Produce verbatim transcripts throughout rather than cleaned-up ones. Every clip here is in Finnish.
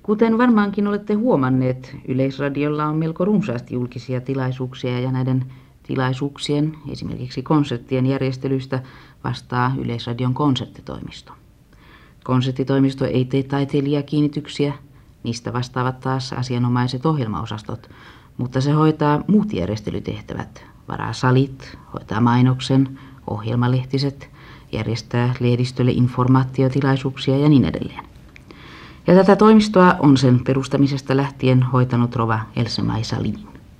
Kuten varmaankin olette huomanneet, Yleisradiolla on melko runsaasti julkisia tilaisuuksia ja näiden tilaisuuksien, esimerkiksi konserttien järjestelystä, vastaa Yleisradion konserttitoimisto. Konserttitoimisto ei tee taiteilijakiinnityksiä, niistä vastaavat taas asianomaiset ohjelmaosastot, mutta se hoitaa muut järjestelytehtävät, varaa salit, hoitaa mainoksen, ohjelmalehtiset, järjestää lehdistölle informaatiotilaisuuksia ja niin edelleen. Ja tätä toimistoa on sen perustamisesta lähtien hoitanut rova Else-Mai Salin.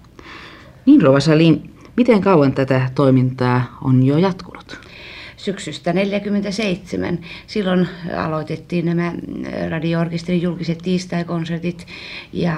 Niin rova Salin, miten kauan tätä toimintaa on jo jatkunut? Syksystä tuhatyhdeksänsataaneljäkymmentäseitsemän. Silloin aloitettiin nämä radio-orkesterin julkiset tiistaikonsertit ja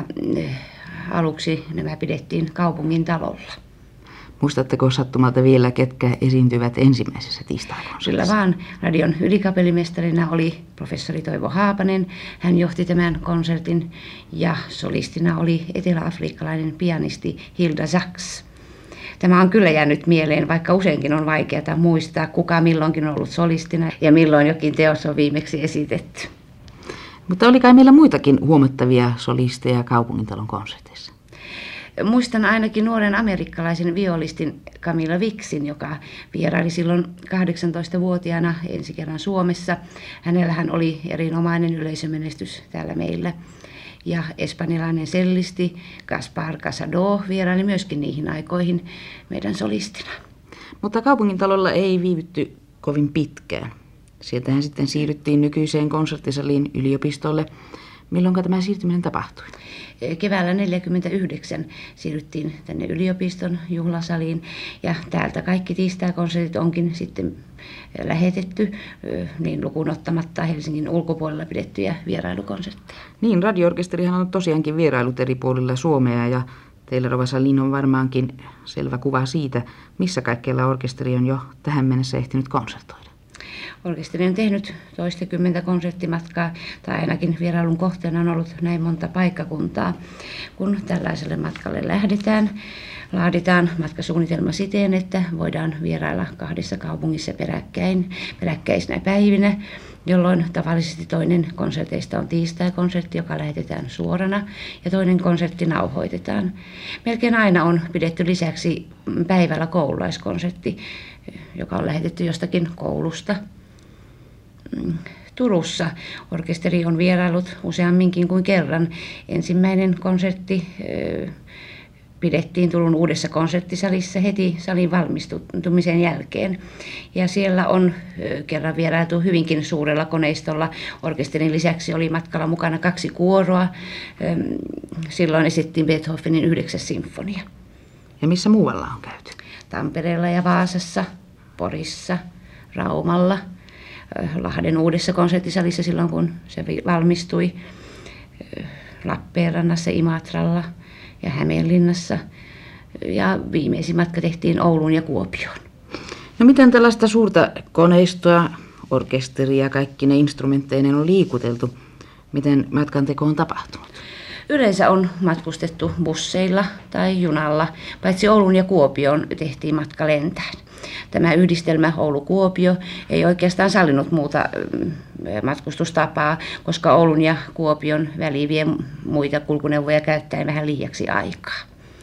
aluksi nämä pidettiin kaupungin talolla. Muistatteko sattumalta vielä, ketkä esiintyvät ensimmäisessä tiistaikonsertissa? Kyllä vaan. Radion ylikapellimestarina oli professori Toivo Haapanen. Hän johti tämän konsertin ja solistina oli eteläafrikkalainen pianisti Hilda Sachs. Tämä on kyllä jäänyt mieleen, vaikka useinkin on vaikeaa muistaa, kuka milloinkin on ollut solistina ja milloin jokin teos on viimeksi esitetty. Mutta oli kai meillä muitakin huomattavia solisteja kaupungintalon konserteissa? Muistan ainakin nuoren amerikkalaisen violistin Camilla Wicksin, joka vieraili silloin kahdeksantoistavuotiaana ensi kerran Suomessa. Hänellähän oli erinomainen yleisömenestys täällä meillä. Ja espanjalainen sellisti Gaspar Casado vieraili myöskin niihin aikoihin meidän solistina. Mutta kaupungintalolla ei viivytty kovin pitkään. Sieltähän sitten siirryttiin nykyiseen konserttisaliin yliopistolle. Milloin tämä siirtyminen tapahtui? Keväällä tuhatyhdeksänsataaneljäkymmentäyhdeksän siirryttiin tänne yliopiston juhlasaliin ja täältä kaikki tiistaikonsertit onkin sitten lähetetty, niin lukuun ottamatta Helsingin ulkopuolella pidettyjä vierailukonsertteja. Niin, radio-orkesterihan on tosiaankin vierailut eri puolilla Suomea ja teillä rova Salin on varmaankin selvä kuva siitä, missä kaikkialla orkesteri on jo tähän mennessä ehtinyt konsertoida. Orkesteri on tehnyt toistakymmentä konserttimatkaa, tai ainakin vierailun kohteena on ollut näin monta paikkakuntaa. Kun tällaiselle matkalle lähdetään, laaditaan matkasuunnitelma siten, että voidaan vierailla kahdessa kaupungissa peräkkäin, peräkkäisinä päivinä, jolloin tavallisesti toinen konserteista on tiistai-konsertti, joka lähetetään suorana, ja toinen konsertti nauhoitetaan. Melkein aina on pidetty lisäksi päivällä koululaiskonsertti, joka on lähetetty jostakin koulusta. Turussa orkesteri on vierailut useamminkin kuin kerran. Ensimmäinen konsertti pidettiin Turun uudessa konserttisalissa heti salin valmistumisen jälkeen. Ja siellä on kerran vierailtu hyvinkin suurella koneistolla. Orkesterin lisäksi oli matkalla mukana kaksi kuoroa. Silloin esittiin Beethovenin yhdeksäs sinfonia. Ja missä muualla on käyty? Tampereella ja Vaasassa, Porissa, Raumalla, Lahden uudessa konserttisalissa silloin kun se valmistui, Lappeenrannassa, Imatralla ja Hämeenlinnassa. Ja viimeisin matka tehtiin Ouluun ja Kuopioon. No miten tällaista suurta koneistoa, orkesteria, kaikki ne instrumentteineen on liikuteltu? Miten matkanteko on tapahtunut? Yleensä on matkustettu busseilla tai junalla, paitsi Oulun ja Kuopioon tehtiin matka lentäen. Tämä yhdistelmä Oulu-Kuopio ei oikeastaan sallinut muuta matkustustapaa, koska Oulun ja Kuopion väliin vie muita kulkuneuvoja käyttäen vähän liiaksi aikaa.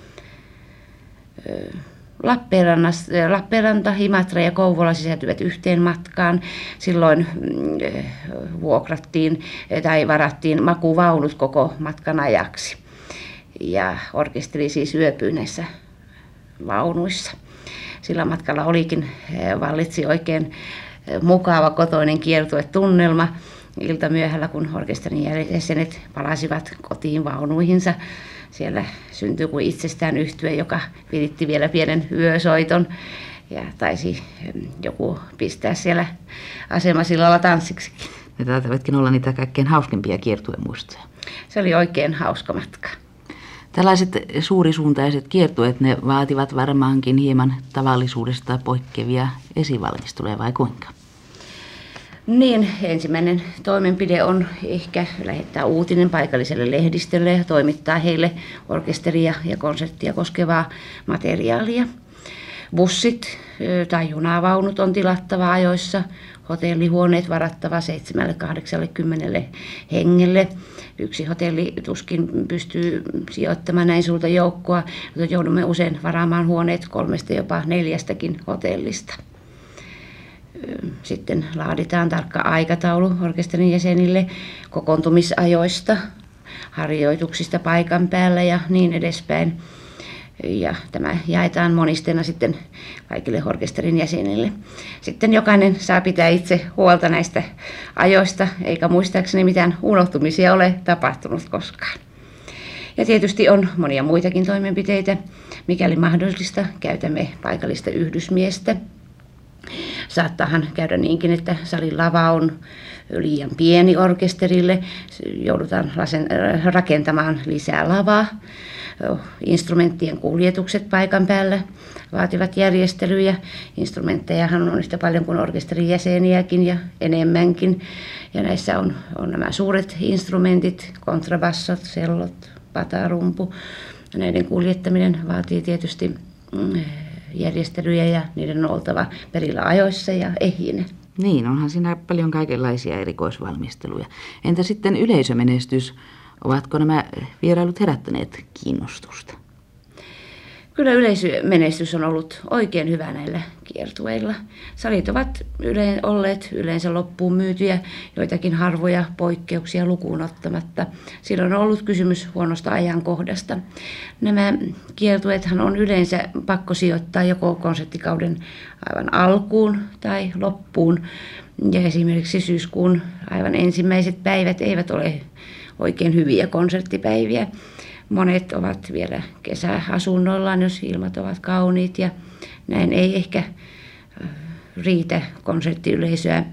Lappeenranta, Imatra ja Kouvola sisältyvät yhteen matkaan. Silloin vuokrattiin tai varattiin makuvaunut koko matkan ajaksi. Ja orkesteri siis yöpyi näissä vaunuissa. Sillä matkalla olikin vallitsi oikein mukava kotoinen kiertuetunnelma. Ilta myöhällä, kun orkesterin jäsenet palasivat kotiin vaunuihinsa, siellä syntyi kuin itsestään yhtye, joka viritti vielä pienen yösoiton ja taisi joku pistää siellä asemasillalla tanssiksikin. Ne taitavatkin olla niitä kaikkein hauskimpia kiertuemuistoja. Se oli oikein hauska matka. Tällaiset suurisuuntaiset kiertueet, ne vaativat varmaankin hieman tavallisuudesta poikkeavia esivalmisteluja, vai kuinka? Niin, ensimmäinen toimenpide on ehkä lähettää uutinen paikalliselle lehdistölle ja toimittaa heille orkesteria ja konserttia koskevaa materiaalia. Bussit tai junavaunut on tilattava ajoissa. hotellihuoneet varattava seitsemälle, kahdeksalle, kymmenelle hengelle. Yksi hotelli tuskin pystyy sijoittamaan näin suurta joukkoa, joten joudumme usein varaamaan huoneet kolmesta jopa neljästäkin hotellista. Sitten laaditaan tarkka aikataulu orkesterin jäsenille kokoontumisajoista, harjoituksista paikan päällä ja niin edespäin. Ja tämä jaetaan monisteena sitten kaikille orkesterin jäsenille. Sitten jokainen saa pitää itse huolta näistä ajoista, eikä muistaakseni mitään unohtumisia ole tapahtunut koskaan. Ja tietysti on monia muitakin toimenpiteitä. Mikäli mahdollista, käytämme paikallista yhdysmiestä. Saattaahan käydä niinkin, että salin lava on liian pieni orkesterille. Joudutaan rakentamaan lisää lavaa. Instrumenttien kuljetukset paikan päällä vaativat järjestelyjä. Instrumenttejahan on yhtä paljon kuin orkesterin jäseniäkin ja enemmänkin. Ja näissä on, on nämä suuret instrumentit, kontrabassot, sellot, patarumpu. Näiden kuljettaminen vaatii tietysti järjestelyjä ja niiden on oltava perillä ajoissa ja ehjinä. Niin, onhan siinä paljon kaikenlaisia erikoisvalmisteluja. Entä sitten yleisömenestys? Ovatko nämä vierailut herättäneet kiinnostusta? Kyllä yleisömenestys on ollut oikein hyvä näillä kiertueilla. Salit ovat yle- olleet yleensä loppuun myytyjä, joitakin harvoja poikkeuksia lukuun ottamatta. Silloin on ollut kysymys huonosta ajankohdasta. Nämä kiertueethan on yleensä pakko sijoittaa joko konserttikauden aivan alkuun tai loppuun. Ja esimerkiksi syyskuun aivan ensimmäiset päivät eivät ole oikein hyviä konserttipäiviä. Monet ovat vielä kesäasunnoillaan, jos ilmat ovat kauniit ja näin ei ehkä riitä konserttiyleisöä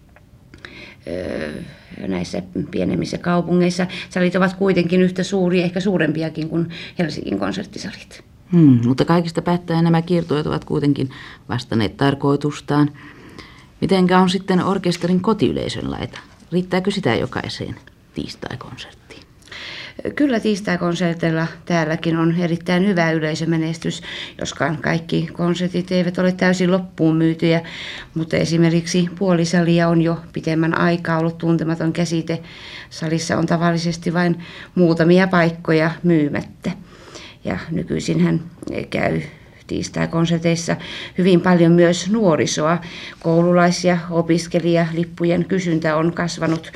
näissä pienemmissä kaupungeissa. Salit ovat kuitenkin yhtä suuria, ehkä suurempiakin kuin Helsingin konserttisalit. Hmm, mutta kaikista päättäen nämä kiertueet ovat kuitenkin vastanneet tarkoitustaan. Mitenkä on sitten orkesterin kotiyleisön laita? Riittääkö sitä jokaiseen tiistai-konserttiin? Kyllä tiistai-konserteilla täälläkin on erittäin hyvä yleisömenestys, joskaan kaikki konsertit eivät ole täysin loppuun myytyjä, mutta esimerkiksi puolisalia on jo pitemmän aikaa ollut tuntematon käsite. Salissa on tavallisesti vain muutamia paikkoja myymättä ja nykyisinhän käy tiistai-konserteissa hyvin paljon myös nuorisoa. Koululais- ja opiskelijalippujen kysyntä on kasvanut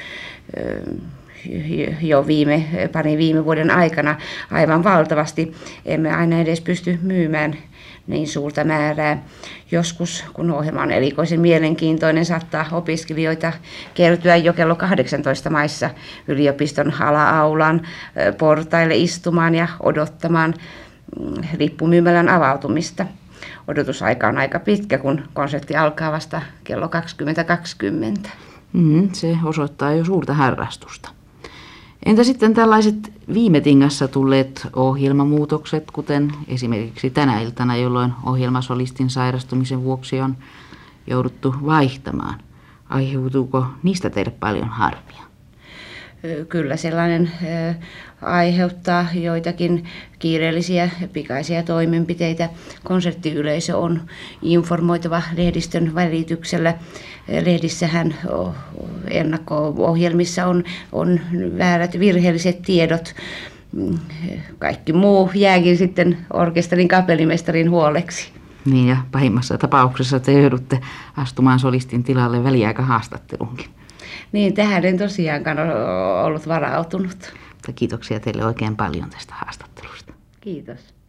jo viime, parin viime vuoden aikana aivan valtavasti. Emme aina edes pysty myymään niin suurta määrää. Joskus, kun ohjelma on erikoisen mielenkiintoinen, saattaa opiskelijoita kertyä jo kello kahdeksantoista maissa yliopiston ala-aulan portaille istumaan ja odottamaan lippumyymälän avautumista. Odotusaika on aika pitkä, kun konsertti alkaa vasta kello kaksikymmentä kaksikymmentä. Mm, se osoittaa jo suurta harrastusta. Entä sitten tällaiset viime tingassa tulleet ohjelmamuutokset, kuten esimerkiksi tänä iltana, jolloin ohjelmasolistin sairastumisen vuoksi on jouduttu vaihtamaan? Aiheutuuko niistä teille paljon harmia? Kyllä sellainen aiheuttaa joitakin kiireellisiä pikaisia toimenpiteitä. Konserttiyleisö on informoitava lehdistön välityksellä. Lehdissähän ennakko-ohjelmissa on, on väärät virheelliset tiedot. Kaikki muu jääkin sitten orkesterin kapellimestarin huoleksi. Niin, ja pahimmassa tapauksessa te joudutte astumaan solistin tilalle väliaikahaastatteluunkin. Niin, tähän en tosiaankaan ollut varautunut. Kiitoksia teille oikein paljon tästä haastattelusta. Kiitos.